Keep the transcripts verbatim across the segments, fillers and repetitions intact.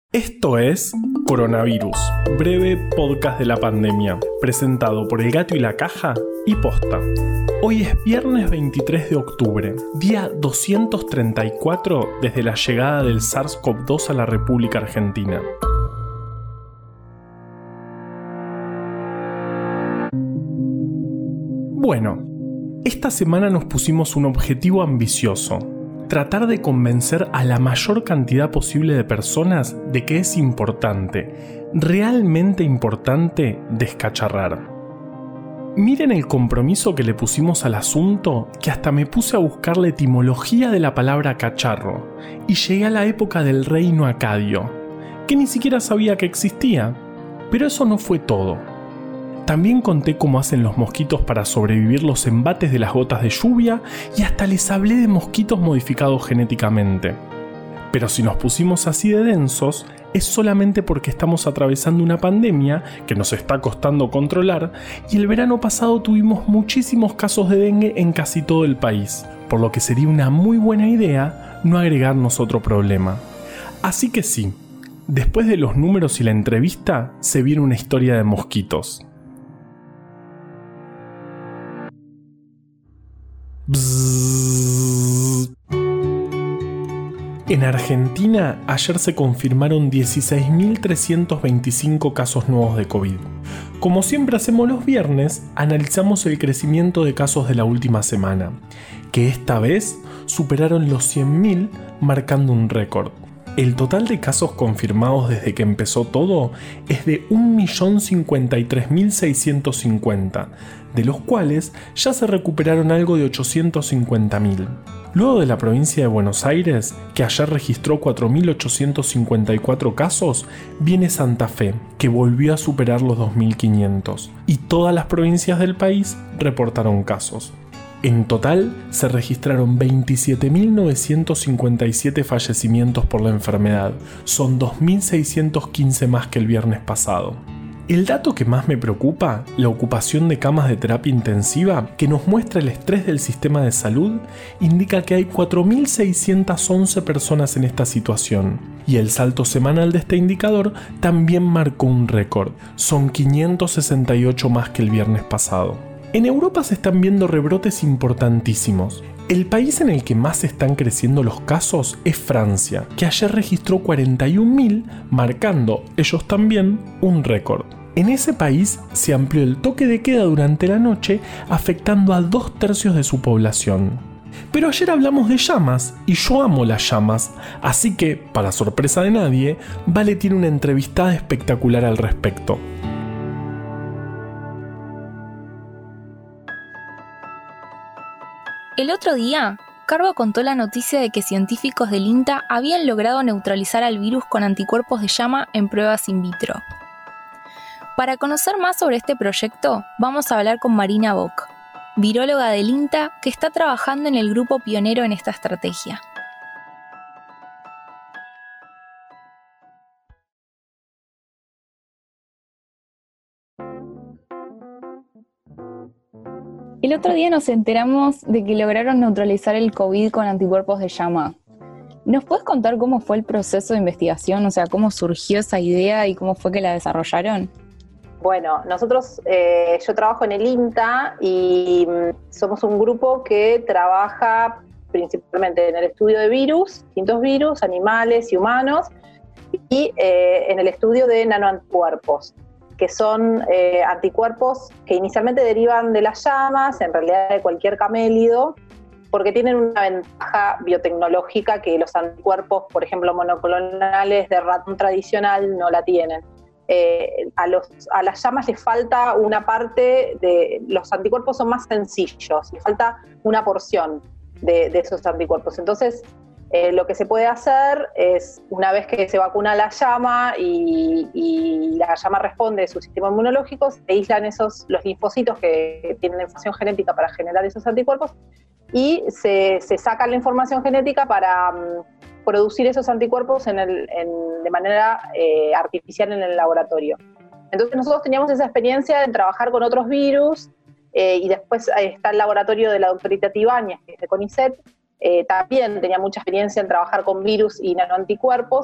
Esto es Coronavirus, breve podcast de la pandemia, presentado por El Gato y la Caja y Posta. Hoy es viernes veintitrés de octubre, día doscientos treinta y cuatro desde la llegada del SARS-CoV dos a la República Argentina. Bueno, esta semana nos pusimos un objetivo ambicioso: tratar de convencer a la mayor cantidad posible de personas de que es importante, realmente importante, descacharrar. Miren el compromiso que le pusimos al asunto, que hasta me puse a buscar la etimología de la palabra cacharro, y llegué a la época del reino acadio, que ni siquiera sabía que existía. Pero eso no fue todo. También conté cómo hacen los mosquitos para sobrevivir los embates de las gotas de lluvia y hasta les hablé de mosquitos modificados genéticamente. Pero si nos pusimos así de densos, es solamente porque estamos atravesando una pandemia que nos está costando controlar y el verano pasado tuvimos muchísimos casos de dengue en casi todo el país, por lo que sería una muy buena idea no agregarnos otro problema. Así que sí, después de los números y la entrevista, se viene una historia de mosquitos. Bzzz. En Argentina, ayer se confirmaron dieciséis mil trescientos veinticinco casos nuevos de COVID. Como siempre hacemos los viernes, analizamos el crecimiento de casos de la última semana, que esta vez superaron los cien mil, marcando un récord. El total de casos confirmados desde que empezó todo es de un millón cincuenta y tres mil seiscientos cincuenta, de los cuales ya se recuperaron algo de ochocientos cincuenta mil. Luego de la provincia de Buenos Aires, que ayer registró cuatro mil ochocientos cincuenta y cuatro casos, viene Santa Fe, que volvió a superar los dos mil quinientos, y todas las provincias del país reportaron casos. En total, se registraron veintisiete mil novecientos cincuenta y siete fallecimientos por la enfermedad. Son dos mil seiscientos quince más que el viernes pasado. El dato que más me preocupa, la ocupación de camas de terapia intensiva, que nos muestra el estrés del sistema de salud, indica que hay cuatro mil seiscientas once personas en esta situación. Y el salto semanal de este indicador también marcó un récord. Son quinientos sesenta y ocho más que el viernes pasado. En Europa se están viendo rebrotes importantísimos. El país en el que más están creciendo los casos es Francia, que ayer registró cuarenta y un mil, marcando, ellos también, un récord. En ese país se amplió el toque de queda durante la noche, afectando a dos tercios de su población. Pero ayer hablamos de llamas, y yo amo las llamas, así que, para sorpresa de nadie, Vale tiene una entrevistada espectacular al respecto. El otro día, Carva contó la noticia de que científicos del INTA habían logrado neutralizar al virus con anticuerpos de llama en pruebas in vitro. Para conocer más sobre este proyecto, vamos a hablar con Marina Bock, viróloga del INTA que está trabajando en el grupo pionero en esta estrategia. El otro día nos enteramos de que lograron neutralizar el COVID con anticuerpos de llama. ¿Nos puedes contar cómo fue el proceso de investigación? O sea, ¿cómo surgió esa idea y cómo fue que la desarrollaron? Bueno, nosotros, eh, yo trabajo en el INTA y somos un grupo que trabaja principalmente en el estudio de virus, distintos virus, animales y humanos, y eh, en el estudio de nanoanticuerpos, que son eh, anticuerpos que inicialmente derivan de las llamas, en realidad de cualquier camélido, porque tienen una ventaja biotecnológica que los anticuerpos, por ejemplo, monoclonales de ratón tradicional no la tienen. Eh, a, los, a las llamas les falta una parte, de los anticuerpos son más sencillos, les falta una porción de, de esos anticuerpos. Entonces, Eh, lo que se puede hacer es, una vez que se vacuna la llama y, y la llama responde a su sistema inmunológico, se aíslan esos, los linfocitos que tienen información genética para generar esos anticuerpos y se, se saca la información genética para um, producir esos anticuerpos en el, en, de manera eh, artificial en el laboratorio. Entonces nosotros teníamos esa experiencia de trabajar con otros virus eh, y después está el laboratorio de la doctorita Tibáñez, que es de CONICET. Eh, también tenía mucha experiencia en trabajar con virus y nanoanticuerpos.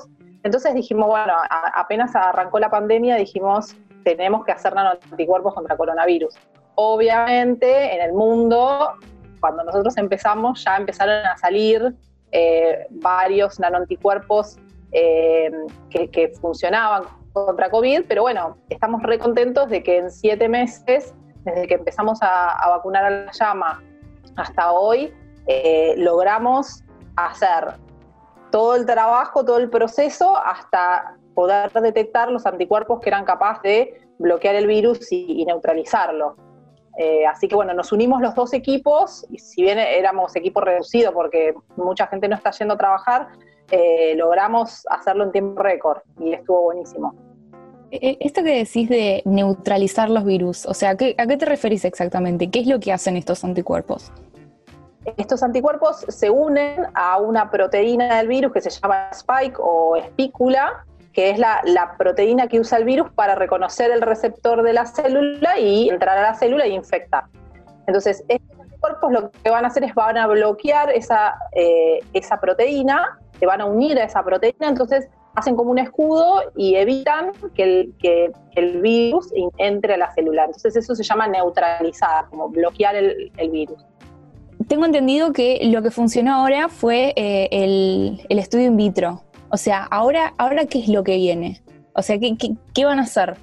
Entonces dijimos, bueno, a, apenas arrancó la pandemia, dijimos, tenemos que hacer nanoanticuerpos contra coronavirus. Obviamente, en el mundo, cuando nosotros empezamos, ya empezaron a salir eh, varios nanoanticuerpos eh, que, que funcionaban contra COVID, pero bueno, estamos re contentos de que en siete meses, desde que empezamos a, a vacunar a la llama hasta hoy, eh, logramos hacer todo el trabajo, todo el proceso, hasta poder detectar los anticuerpos que eran capaces de bloquear el virus y, y neutralizarlo. Eh, así que bueno, nos unimos los dos equipos, y si bien éramos equipo reducido porque mucha gente no está yendo a trabajar, eh, logramos hacerlo en tiempo récord y estuvo buenísimo. Esto que decís de neutralizar los virus, o sea, ¿a qué, a qué te referís exactamente? ¿Qué es lo que hacen estos anticuerpos? Estos anticuerpos se unen a una proteína del virus que se llama spike o espícula, que es la, la proteína que usa el virus para reconocer el receptor de la célula y entrar a la célula e infectar. Entonces, estos anticuerpos lo que van a hacer es van a bloquear esa, eh, esa proteína, se van a unir a esa proteína, entonces hacen como un escudo y evitan que el, que el virus entre a la célula. Entonces eso se llama neutralizar, como bloquear el, el virus. Tengo entendido que lo que funcionó ahora fue eh, el, el estudio in vitro. O sea, ahora, ahora ¿qué es lo que viene? O sea, ¿qué, qué, qué van a hacer?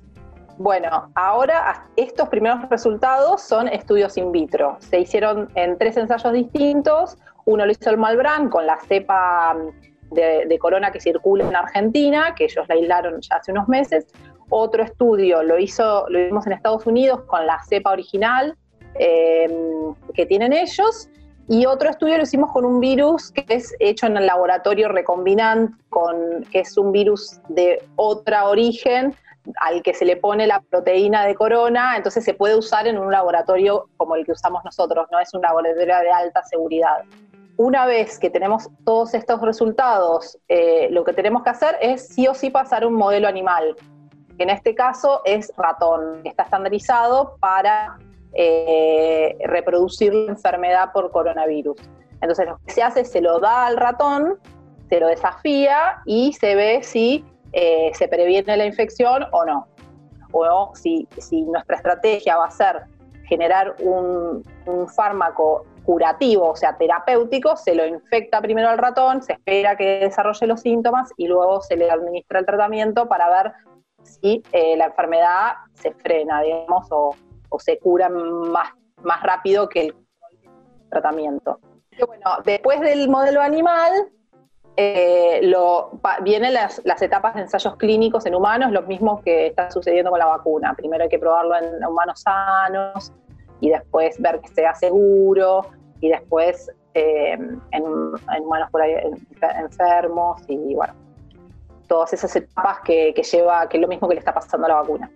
Bueno, ahora estos primeros resultados son estudios in vitro. Se hicieron en tres ensayos distintos. Uno lo hizo el Malbrán con la cepa de, de corona que circula en Argentina, que ellos la aislaron ya hace unos meses. Otro estudio lo hizo, lo vimos en Estados Unidos con la cepa original eh, que tienen ellos. Y otro estudio lo hicimos con un virus que es hecho en el laboratorio recombinant, con, que es un virus de otro origen, al que se le pone la proteína de corona, entonces se puede usar en un laboratorio como el que usamos nosotros, no es un laboratorio de alta seguridad. Una vez que tenemos todos estos resultados, eh, lo que tenemos que hacer es sí o sí pasar un modelo animal, que en este caso es ratón, que está estandarizado para eh, reproducir la enfermedad por coronavirus. Entonces lo que se hace es se lo da al ratón, se lo desafía y se ve si Eh, se previene la infección o no. O si, si nuestra estrategia va a ser generar un, un fármaco curativo, o sea, terapéutico, se lo infecta primero al ratón, se espera que desarrolle los síntomas y luego se le administra el tratamiento para ver si eh, la enfermedad se frena, digamos, o, o se cura más, más rápido que el tratamiento. Y bueno, después del modelo animal, Eh, lo, pa, vienen las, las etapas de ensayos clínicos en humanos, lo mismo que está sucediendo con la vacuna. Primero hay que probarlo en humanos sanos y después ver que sea seguro y después eh, en, en humanos por ahí enfermos y bueno, todas esas etapas que, que lleva, que es lo mismo que le está pasando a la vacuna.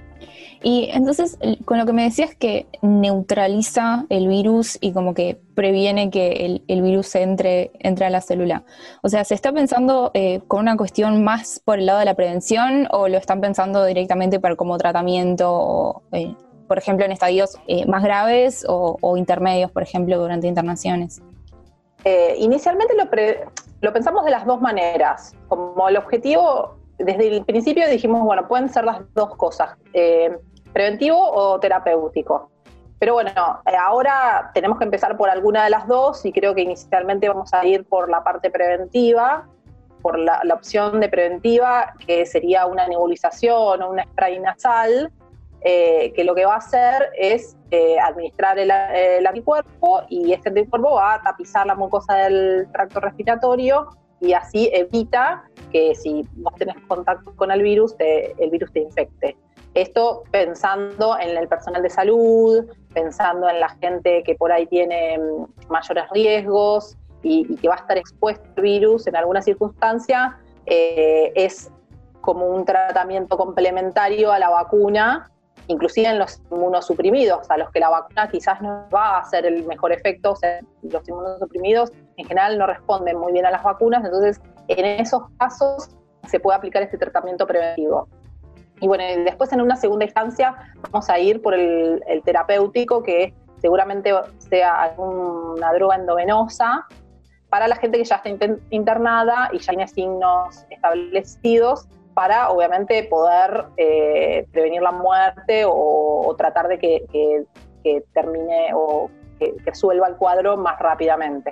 Y entonces, con lo que me decías que neutraliza el virus y como que previene que el, el virus entre, entre a la célula. O sea, ¿se está pensando eh, con una cuestión más por el lado de la prevención o lo están pensando directamente para como tratamiento, o, eh, por ejemplo, en estadios eh, más graves o, o intermedios, por ejemplo, durante internaciones? Eh, inicialmente lo, pre, lo pensamos de las dos maneras. Como el objetivo, desde el principio dijimos, bueno, pueden ser las dos cosas. Eh, preventivo o terapéutico. Pero bueno, ahora tenemos que empezar por alguna de las dos y creo que inicialmente vamos a ir por la parte preventiva, por la, la opción de preventiva, que sería una nebulización o un spray nasal, eh, que lo que va a hacer es eh, administrar el, el anticuerpo y este anticuerpo va a tapizar la mucosa del tracto respiratorio y así evita que si vos tenés contacto con el virus, te, el virus te infecte. Esto pensando en el personal de salud, pensando en la gente que por ahí tiene mayores riesgos y, y que va a estar expuesto al virus en alguna circunstancia, eh, es como un tratamiento complementario a la vacuna, inclusive en los inmunosuprimidos, a los que la vacuna quizás no va a hacer el mejor efecto. O sea, los inmunosuprimidos en general no responden muy bien a las vacunas, entonces en esos casos se puede aplicar este tratamiento preventivo. Y bueno, después en una segunda instancia vamos a ir por el, el terapéutico, que seguramente sea alguna droga endovenosa para la gente que ya está internada y ya tiene signos establecidos, para obviamente poder eh, prevenir la muerte o, o tratar de que, que, que termine o que, que resuelva el cuadro más rápidamente.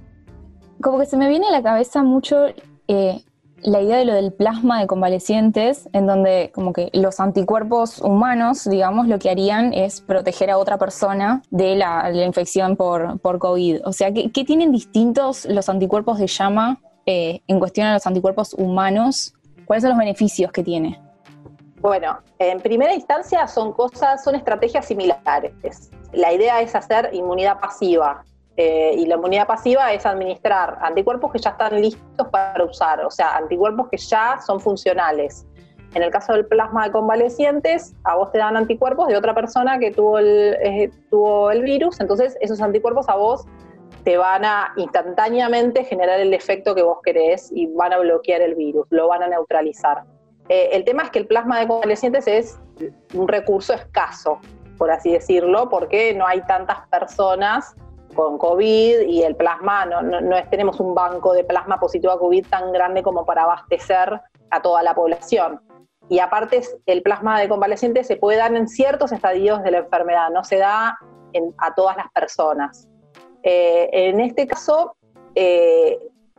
Como que se me viene a la cabeza mucho eh, la idea de lo del plasma de convalecientes, en donde como que los anticuerpos humanos, digamos, lo que harían es proteger a otra persona de la, la infección por, por COVID. O sea, ¿qué, qué tienen distintos los anticuerpos de llama eh, en cuestión a los anticuerpos humanos? ¿Cuáles son los beneficios que tiene? Bueno, en primera instancia son cosas, son estrategias similares. La idea es hacer inmunidad pasiva. Eh, y la inmunidad pasiva es administrar anticuerpos que ya están listos para usar, o sea, anticuerpos que ya son funcionales. En el caso del plasma de convalecientes, a vos te dan anticuerpos de otra persona que tuvo el, eh, tuvo el virus, entonces esos anticuerpos a vos te van a instantáneamente generar el efecto que vos querés y van a bloquear el virus, lo van a neutralizar. Eh, el tema es que el plasma de convalecientes es un recurso escaso, por así decirlo, porque no hay tantas personas con COVID y el plasma, no, no, no es, tenemos un banco de plasma positivo a COVID tan grande como para abastecer a toda la población. Y aparte el plasma de convalecientes se puede dar en ciertos estadios de la enfermedad, no se da en, a todas las personas. Eh, en este caso, eh,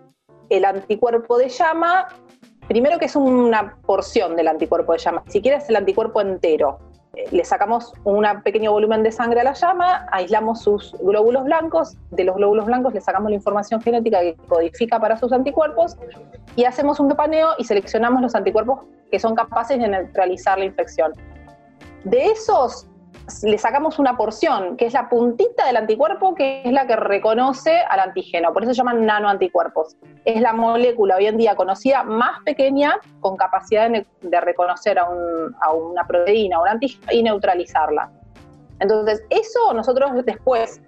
el anticuerpo de llama, primero que es una porción del anticuerpo de llama, si quieres el anticuerpo entero. Le sacamos un pequeño volumen de sangre a la llama, aislamos sus glóbulos blancos, de los glóbulos blancos le sacamos la información genética que codifica para sus anticuerpos y hacemos un paneo y seleccionamos los anticuerpos que son capaces de neutralizar la infección. De esos le sacamos una porción, que es la puntita del anticuerpo, que es la que reconoce al antígeno, por eso se llaman nanoanticuerpos. Es la molécula hoy en día conocida más pequeña con capacidad de, de reconocer a, un, a una proteína, a un antígeno y neutralizarla. Entonces, eso nosotros después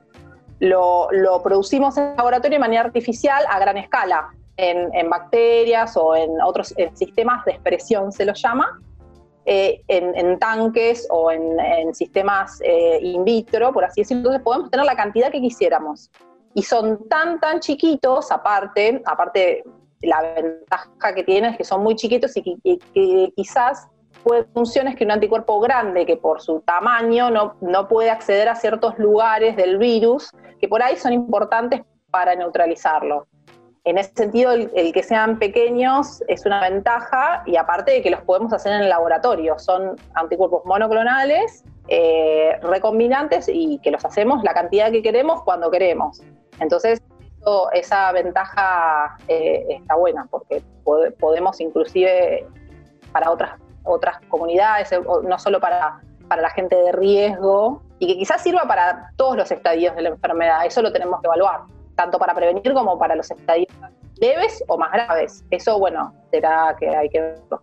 lo, lo producimos en el laboratorio de manera artificial a gran escala, en, en bacterias o en otros en sistemas de expresión se los llama, Eh, en, en tanques o en, en sistemas eh, in vitro, por así decirlo. Entonces podemos tener la cantidad que quisiéramos. Y son tan, tan chiquitos, aparte, aparte la ventaja que tienen es que son muy chiquitos y que, y que quizás pueden funciones que un anticuerpo grande, que por su tamaño no, no puede acceder a ciertos lugares del virus, que por ahí son importantes para neutralizarlo. En ese sentido, el, el que sean pequeños es una ventaja, y aparte de que los podemos hacer en el laboratorio. Son anticuerpos monoclonales, eh, recombinantes, y que los hacemos la cantidad que queremos cuando queremos. Entonces, eso, esa ventaja eh, está buena, porque pod- podemos inclusive para otras, otras comunidades, no solo para, para la gente de riesgo, y que quizás sirva para todos los estadios de la enfermedad. Eso lo tenemos que evaluar, tanto para prevenir como para los estadios leves o más graves. Eso, bueno, será que hay que verlo.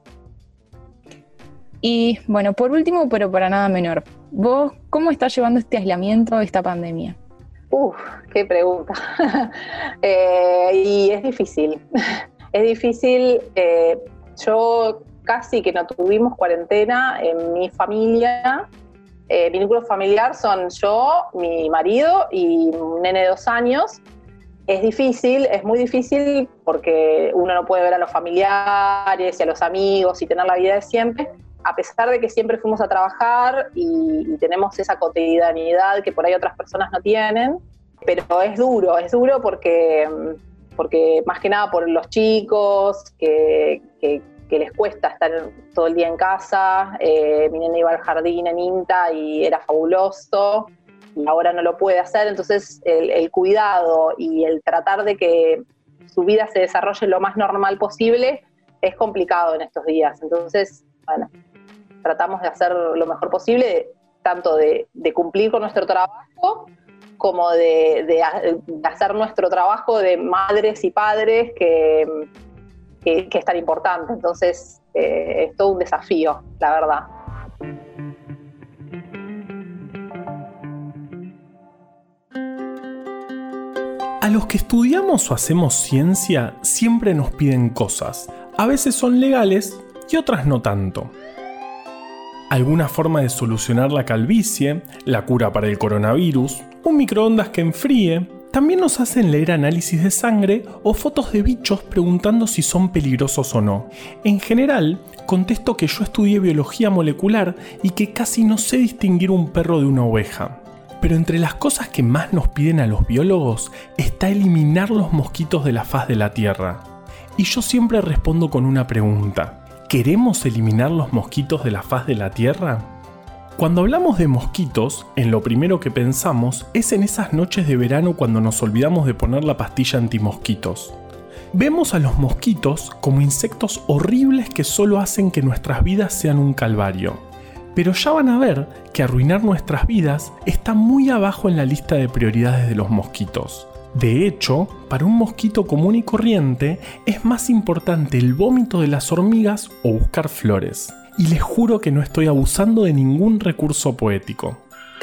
Y bueno, por último, pero para nada menor, ¿vos cómo estás llevando este aislamiento, esta pandemia? Uf, qué pregunta. eh, y es difícil. Es difícil. Eh, yo casi que no tuvimos cuarentena en mi familia. Eh, mi núcleo familiar son yo, mi marido y un nene de dos años. Es difícil, es muy difícil porque uno no puede ver a los familiares y a los amigos y tener la vida de siempre, a pesar de que siempre fuimos a trabajar y, y tenemos esa cotidianidad que por ahí otras personas no tienen, pero es duro, es duro porque, porque más que nada por los chicos que, que, que les cuesta estar todo el día en casa. Eh, mi nene iba al jardín en INTA y era fabuloso, y ahora no lo puede hacer. Entonces el, el cuidado y el tratar de que su vida se desarrolle lo más normal posible es complicado en estos días. Entonces, bueno, tratamos de hacer lo mejor posible, tanto de, de cumplir con nuestro trabajo como de, de, de hacer nuestro trabajo de madres y padres, que, que, que es tan importante. Entonces eh, es todo un desafío, la verdad. A los que estudiamos o hacemos ciencia siempre nos piden cosas. A veces son legales y otras no tanto. Alguna forma de solucionar la calvicie, la cura para el coronavirus, un microondas que enfríe, También nos hacen leer análisis de sangre o fotos de bichos preguntando si son peligrosos o no. En general, contesto que yo estudié biología molecular y que casi no sé distinguir un perro de una oveja. Pero entre las cosas que más nos piden a los biólogos está eliminar los mosquitos de la faz de la Tierra. Y yo siempre respondo con una pregunta: ¿queremos eliminar los mosquitos de la faz de la Tierra? Cuando hablamos de mosquitos, en lo primero que pensamos es en esas noches de verano cuando nos olvidamos de poner la pastilla antimosquitos. Vemos a los mosquitos como insectos horribles que solo hacen que nuestras vidas sean un calvario. Pero ya van a ver que arruinar nuestras vidas está muy abajo en la lista de prioridades de los mosquitos. De hecho, para un mosquito común y corriente es más importante el vómito de las hormigas o buscar flores. Y les juro que no estoy abusando de ningún recurso poético.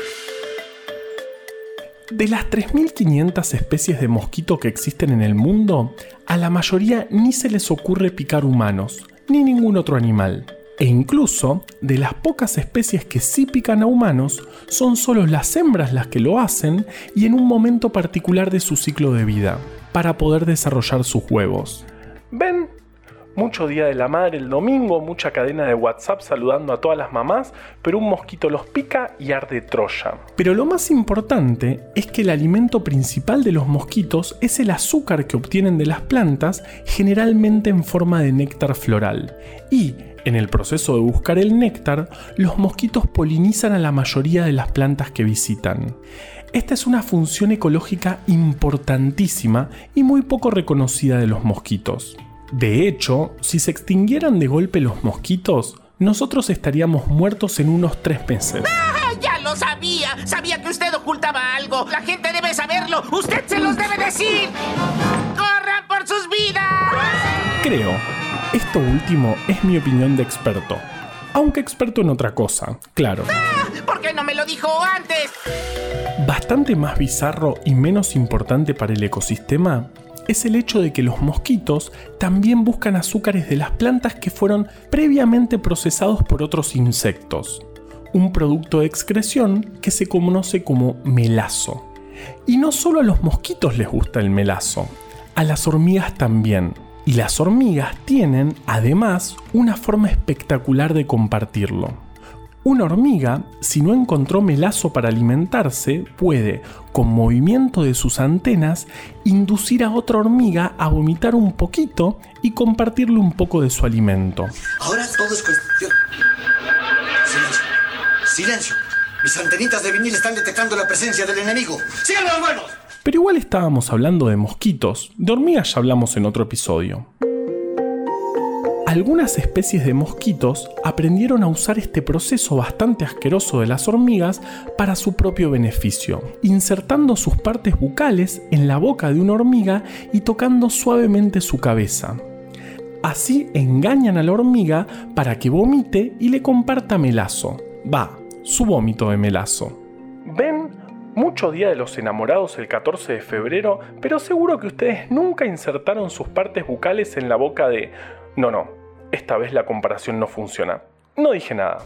De las tres mil quinientas especies de mosquito que existen en el mundo, a la mayoría ni se les ocurre picar humanos, ni ningún otro animal. E incluso, de las pocas especies que sí pican a humanos, son solo las hembras las que lo hacen y en un momento particular de su ciclo de vida, para poder desarrollar sus huevos. ¿Ven? Mucho día de la madre el domingo, mucha cadena de WhatsApp saludando a todas las mamás, pero un mosquito los pica y arde Troya. Pero lo más importante es que el alimento principal de los mosquitos es el azúcar que obtienen de las plantas, generalmente en forma de néctar floral. Y, en el proceso de buscar el néctar, los mosquitos polinizan a la mayoría de las plantas que visitan. Esta es una función ecológica importantísima y muy poco reconocida de los mosquitos. De hecho, si se extinguieran de golpe los mosquitos, nosotros estaríamos muertos en unos tres meses. ¡Ah, ya lo sabía! Sabía que usted ocultaba algo. La gente debe saberlo. ¡Usted se los debe decir! ¡Corran por sus vidas! Creo. Esto último es mi opinión de experto. Aunque experto en otra cosa, claro. ¡Ah! ¿Por qué no me lo dijo antes? Bastante más bizarro y menos importante para el ecosistema es el hecho de que los mosquitos también buscan azúcares de las plantas que fueron previamente procesados por otros insectos, un producto de excreción que se conoce como melazo. Y no solo a los mosquitos les gusta el melazo, a las hormigas también. Y las hormigas tienen, además, una forma espectacular de compartirlo. Una hormiga, si no encontró melazo para alimentarse, puede, con movimiento de sus antenas, inducir a otra hormiga a vomitar un poquito y compartirle un poco de su alimento. Ahora todo es cuestión... Silencio. Silencio. Mis antenitas de vinil están detectando la presencia del enemigo. ¡Sigan los buenos! Pero igual estábamos hablando de mosquitos. De hormigas ya hablamos en otro episodio. Algunas especies de mosquitos aprendieron a usar este proceso bastante asqueroso de las hormigas para su propio beneficio, insertando sus partes bucales en la boca de una hormiga y tocando suavemente su cabeza. Así engañan a la hormiga para que vomite y le comparta melazo. Va, su vómito de melazo. ¿Ven? Mucho día de los enamorados el catorce de febrero, pero seguro que ustedes nunca insertaron sus partes bucales en la boca de... No, no. Esta vez la comparación no funciona. No dije nada.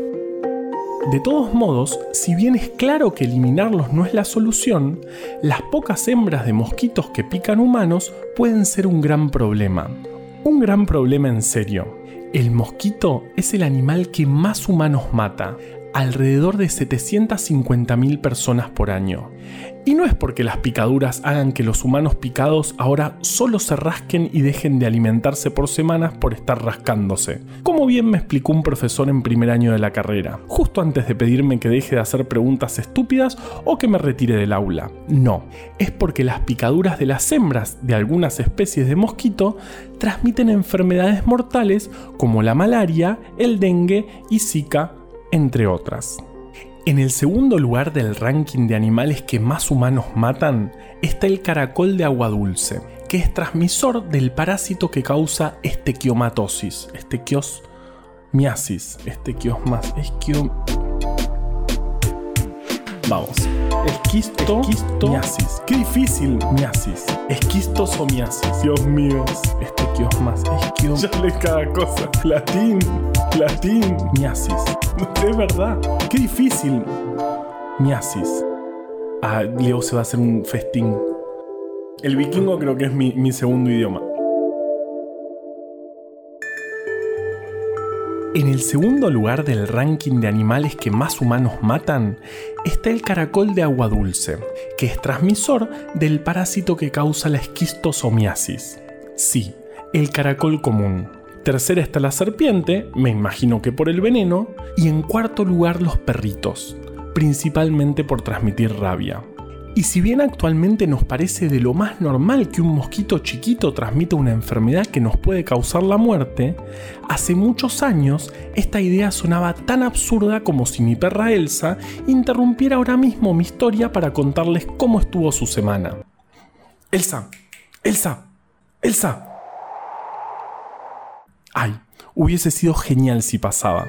De todos modos, si bien es claro que eliminarlos no es la solución, las pocas hembras de mosquitos que pican humanos pueden ser un gran problema. Un gran problema en serio. El mosquito es el animal que más humanos mata, alrededor de setecientas cincuenta mil personas por año. Y no es porque las picaduras hagan que los humanos picados ahora solo se rasquen y dejen de alimentarse por semanas por estar rascándose. Como bien me explicó un profesor en primer año de la carrera, justo antes de pedirme que deje de hacer preguntas estúpidas o que me retire del aula. No, es porque las picaduras de las hembras de algunas especies de mosquito transmiten enfermedades mortales como la malaria, el dengue y Zika, entre otras. En el segundo lugar del ranking de animales que más humanos matan está el caracol de agua dulce, que es transmisor del parásito que causa estequiomatosis, estequiosmiasis, estequiosmas, esquio... Vamos, esquistomiasis. ¡Qué difícil! Miasis, esquistosomiasis. Dios mío, estequiosmas, esquio... Ya le cada cosa. Latín, latín, miasis. Es verdad, qué difícil. Miasis. Ah, Leo se va a hacer un festín. El vikingo creo que es mi, mi segundo idioma. En el segundo lugar del ranking de animales que más humanos matan está el caracol de agua dulce, que es transmisor del parásito que causa la esquistosomiasis. Sí, el caracol común. Tercera está la serpiente, me imagino que por el veneno, y en cuarto lugar los perritos, principalmente por transmitir rabia. Y si bien actualmente nos parece de lo más normal que un mosquito chiquito transmita una enfermedad que nos puede causar la muerte, hace muchos años esta idea sonaba tan absurda como si mi perra Elsa interrumpiera ahora mismo mi historia para contarles cómo estuvo su semana. Elsa, Elsa, Elsa. Ay, hubiese sido genial si pasaba.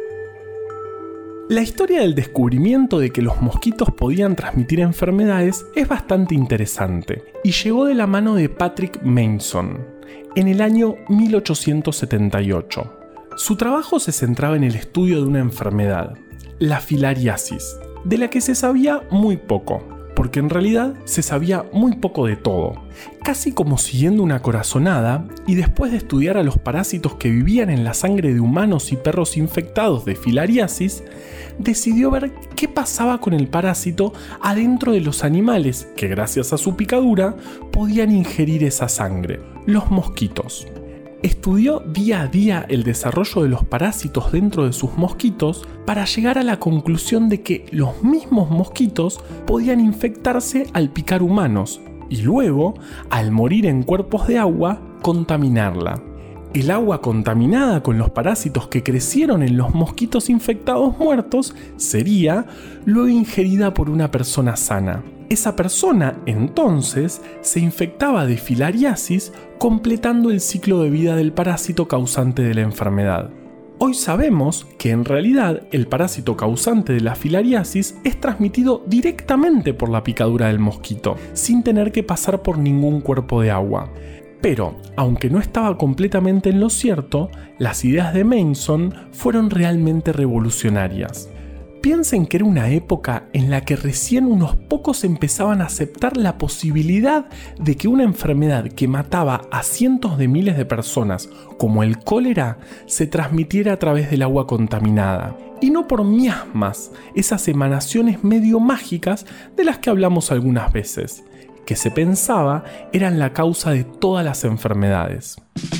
La historia del descubrimiento de que los mosquitos podían transmitir enfermedades es bastante interesante y llegó de la mano de Patrick Manson en el año mil ochocientos setenta y ocho. Su trabajo se centraba en el estudio de una enfermedad, la filariasis, de la que se sabía muy poco, porque en realidad se sabía muy poco de todo, casi como siguiendo una corazonada, y después de estudiar a los parásitos que vivían en la sangre de humanos y perros infectados de filariasis, decidió ver qué pasaba con el parásito adentro de los animales que gracias a su picadura podían ingerir esa sangre, los mosquitos. Estudió día a día el desarrollo de los parásitos dentro de sus mosquitos para llegar a la conclusión de que los mismos mosquitos podían infectarse al picar humanos y luego, al morir en cuerpos de agua, contaminarla. El agua contaminada con los parásitos que crecieron en los mosquitos infectados muertos sería luego ingerida por una persona sana. Esa persona, entonces, se infectaba de filariasis, completando el ciclo de vida del parásito causante de la enfermedad. Hoy sabemos que en realidad el parásito causante de la filariasis es transmitido directamente por la picadura del mosquito, sin tener que pasar por ningún cuerpo de agua. Pero, aunque no estaba completamente en lo cierto, las ideas de Manson fueron realmente revolucionarias. Piensen que era una época en la que recién unos pocos empezaban a aceptar la posibilidad de que una enfermedad que mataba a cientos de miles de personas, como el cólera, se transmitiera a través del agua contaminada. Y no por miasmas, esas emanaciones medio mágicas de las que hablamos algunas veces, que se pensaba eran la causa de todas las enfermedades.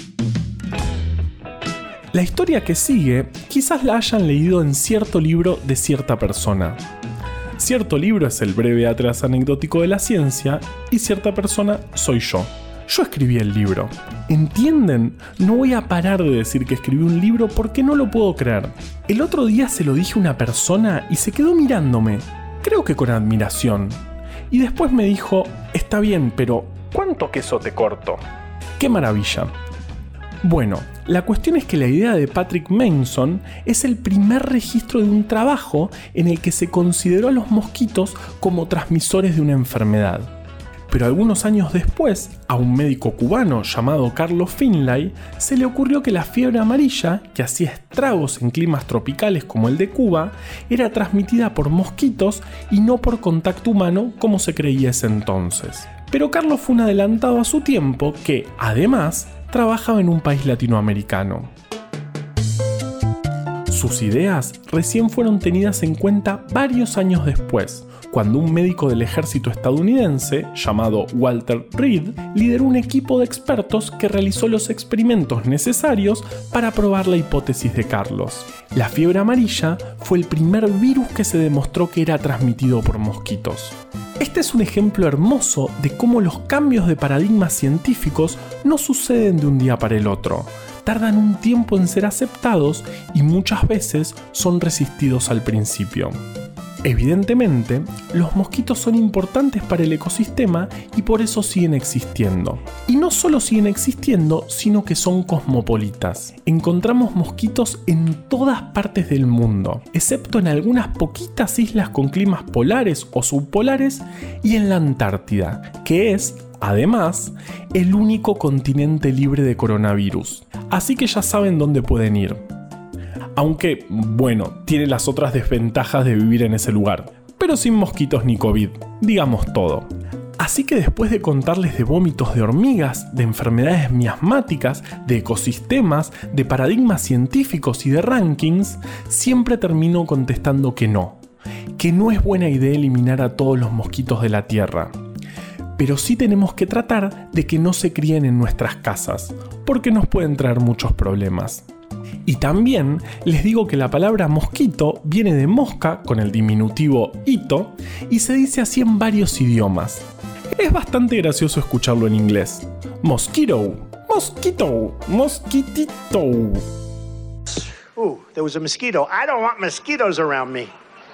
La historia que sigue quizás la hayan leído en cierto libro de cierta persona. Cierto libro es el breve atlas anecdótico de la ciencia y cierta persona soy yo. Yo escribí el libro. ¿Entienden? No voy a parar de decir que escribí un libro porque no lo puedo creer. El otro día se lo dije a una persona y se quedó mirándome, creo que con admiración. Y después me dijo, está bien, pero ¿cuánto queso te corto? ¡Qué maravilla! Bueno, la cuestión es que la idea de Patrick Manson es el primer registro de un trabajo en el que se consideró a los mosquitos como transmisores de una enfermedad. Pero algunos años después, a un médico cubano llamado Carlos Finlay se le ocurrió que la fiebre amarilla, que hacía estragos en climas tropicales como el de Cuba, era transmitida por mosquitos y no por contacto humano como se creía ese entonces. Pero Carlos fue un adelantado a su tiempo que, además, trabajaba en un país latinoamericano. Sus ideas recién fueron tenidas en cuenta varios años después, cuando un médico del ejército estadounidense, llamado Walter Reed, lideró un equipo de expertos que realizó los experimentos necesarios para probar la hipótesis de Carlos. La fiebre amarilla fue el primer virus que se demostró que era transmitido por mosquitos. Este es un ejemplo hermoso de cómo los cambios de paradigmas científicos no suceden de un día para el otro. Tardan un tiempo en ser aceptados y muchas veces son resistidos al principio. Evidentemente, los mosquitos son importantes para el ecosistema y por eso siguen existiendo. Y no solo siguen existiendo, sino que son cosmopolitas. Encontramos mosquitos en todas partes del mundo, excepto en algunas poquitas islas con climas polares o subpolares y en la Antártida, que es, además, el único continente libre de coronavirus. Así que ya saben dónde pueden ir. Aunque, bueno, tiene las otras desventajas de vivir en ese lugar, pero sin mosquitos ni COVID, digamos todo. Así que después de contarles de vómitos de hormigas, de enfermedades miasmáticas, de ecosistemas, de paradigmas científicos y de rankings, siempre termino contestando que no, que no es buena idea eliminar a todos los mosquitos de la Tierra. Pero sí tenemos que tratar de que no se críen en nuestras casas, porque nos pueden traer muchos problemas. Y también les digo que la palabra mosquito viene de mosca con el diminutivo ito y se dice así en varios idiomas. Es bastante gracioso escucharlo en inglés. Mosquito, mosquito, mosquitito. Ooh, there was a mosquito. I don't want mosquitoes around me.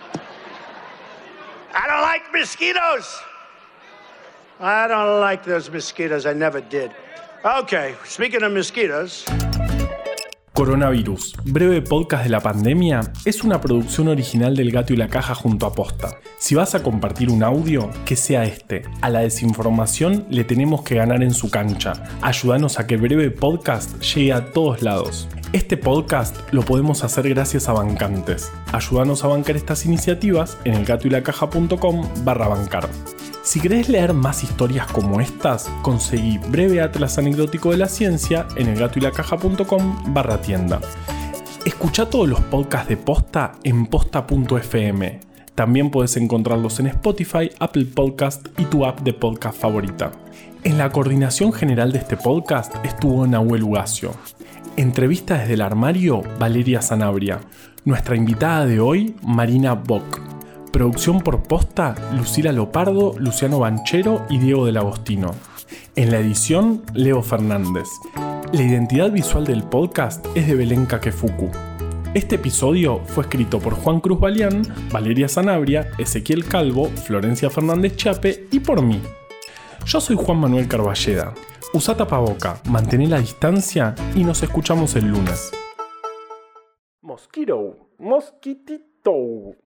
I don't like mosquitoes. I don't like those mosquitoes. I never did. Okay, speaking of mosquitoes. Coronavirus, breve podcast de la pandemia, es una producción original del Gato y la Caja junto a Posta. Si vas a compartir un audio, que sea este. A la desinformación le tenemos que ganar en su cancha. Ayúdanos a que breve podcast llegue a todos lados. Este podcast lo podemos hacer gracias a bancantes. Ayúdanos a bancar estas iniciativas en elgatoylacaja.com barra bancar. Si querés leer más historias como estas, conseguí Breve Atlas Anecdótico de la Ciencia en elgatoylacaja.com barra tienda. Escuchá todos los podcasts de Posta en posta punto efe eme. También podés encontrarlos en Spotify, Apple Podcast y tu app de podcast favorita. En la coordinación general de este podcast estuvo Nahuel Ugacio. Entrevista desde el armario, Valeria Sanabria. Nuestra invitada de hoy, Marina Bock. Producción por Posta, Lucila Lopardo, Luciano Banchero y Diego del Agostino. En la edición, Leo Fernández. La identidad visual del podcast es de Belén Kakefuku. Este episodio fue escrito por Juan Cruz Balián, Valeria Sanabria, Ezequiel Calvo, Florencia Fernández Chape y por mí. Yo soy Juan Manuel Carballeda. Usa tapaboca, mantén la distancia y nos escuchamos el lunes. Mosquito, mosquitito.